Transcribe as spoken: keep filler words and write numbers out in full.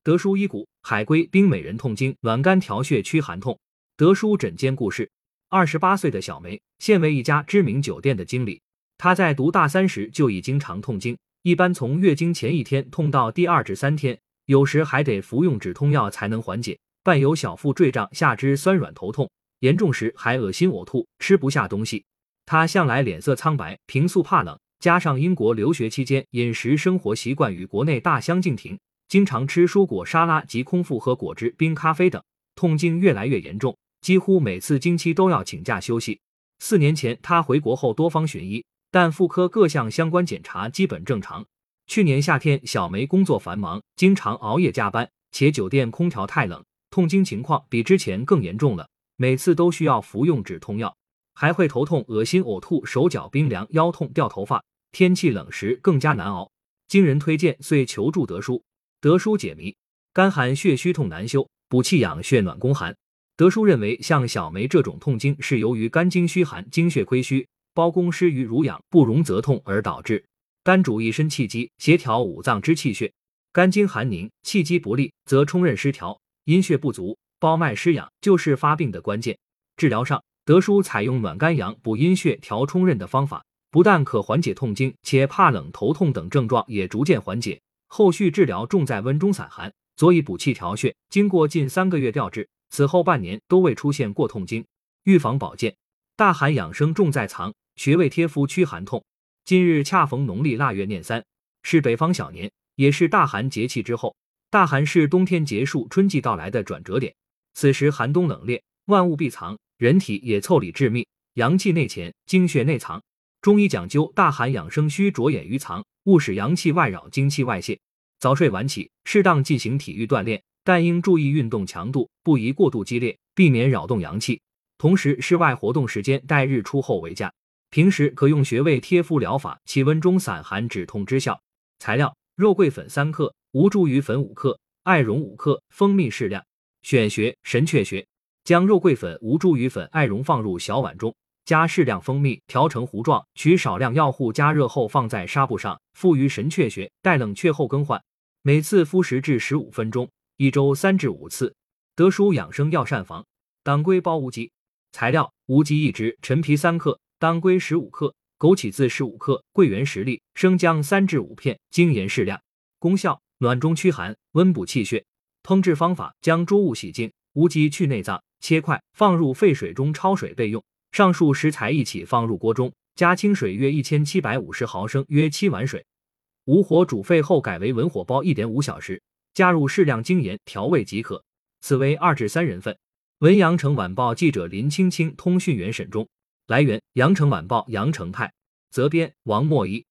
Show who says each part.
Speaker 1: 德舒医骨，海龟冰美人痛经，暖肝调血驱寒痛。德舒诊间故事。二十八岁的小梅，现为一家知名酒店的经理。她在读大三时就已经常痛经，一般从月经前一天痛到第二至三天，有时还得服用止痛药才能缓解，伴有小腹坠胀、下肢酸软、头痛，严重时还恶心呕吐，吃不下东西。她向来脸色苍白，平素怕冷，加上英国留学期间饮食生活习惯与国内大相径庭，经常吃蔬果沙拉及空腹喝果汁、冰咖啡等，痛经越来越严重，几乎每次经期都要请假休息。四年前她回国后多方寻医，但妇科各项相关检查基本正常。去年夏天，小梅工作繁忙，经常熬夜加班，且酒店空调太冷，痛经情况比之前更严重了，每次都需要服用止痛药，还会头痛、恶心、呕吐、手脚冰凉、腰痛、掉头发，天气冷时更加难熬。经人推荐，遂求助德舒。德舒解谜：肝寒血虚痛难休，补气养血暖宫寒。德舒认为，像小梅这种痛经是由于肝经虚寒、精血亏虚，包公失于濡养，不容则痛而导致。肝主一身气机，协调五脏之气血，肝经寒凝，气机不利，则冲任失调，阴血不足，包脉失养，就是发病的关键。治疗上，德舒采用暖肝阳、补阴血、调冲任的方法，不但可缓解痛经，且怕冷、头痛等症状也逐渐缓解。后续治疗重在温中散寒，佐以补气调血，经过近三个月调治，此后半年都未出现过痛经。预防保健，大寒养生重在藏，穴位贴敷驱寒痛。今日恰逢农历腊月廿三，是北方小年，也是大寒节气之后。大寒是冬天结束、春季到来的转折点，此时寒冬冷冽，万物闭藏，人体也腠理致密，阳气内潜，精血内藏。中医讲究大寒养生需着眼于藏，勿使阳气外扰，精气外泄。早睡晚起，适当进行体育锻炼，但应注意运动强度，不宜过度激烈，避免扰动阳气。同时，室外活动时间待日出后为佳。平时可用穴位贴敷疗法，起温中散寒止痛之效。材料：肉桂粉三克，吴茱萸粉五克，艾绒五克，蜂蜜适量。选穴：神阙穴。将肉桂粉、吴茱萸粉、艾绒放入小碗中，加适量蜂蜜，调成糊状，取少量药糊加热后放在纱布上，敷于神阙穴，待冷却后更换。每次敷十至十五分钟，一周三至五次。德舒养生药膳房。当归包无鸡。材料：无鸡一只，陈皮三克，当归十五克，枸杞子十五克，桂圆十粒，生姜三至五片，精盐适量。功效：暖中驱寒，温补气血。烹制方法：将诸物洗净，无鸡去内脏，切块，放入沸水中焯水备用。上述食材一起放入锅中，加清水约一千七百五十毫升，约七碗水。无火煮沸后改为文火煲 一点五小时，加入适量精盐调味即可。此为二至三人份。文阳城晚报记者林青青，通讯员沈忠。来源：阳城晚报阳城派。责编：王墨一。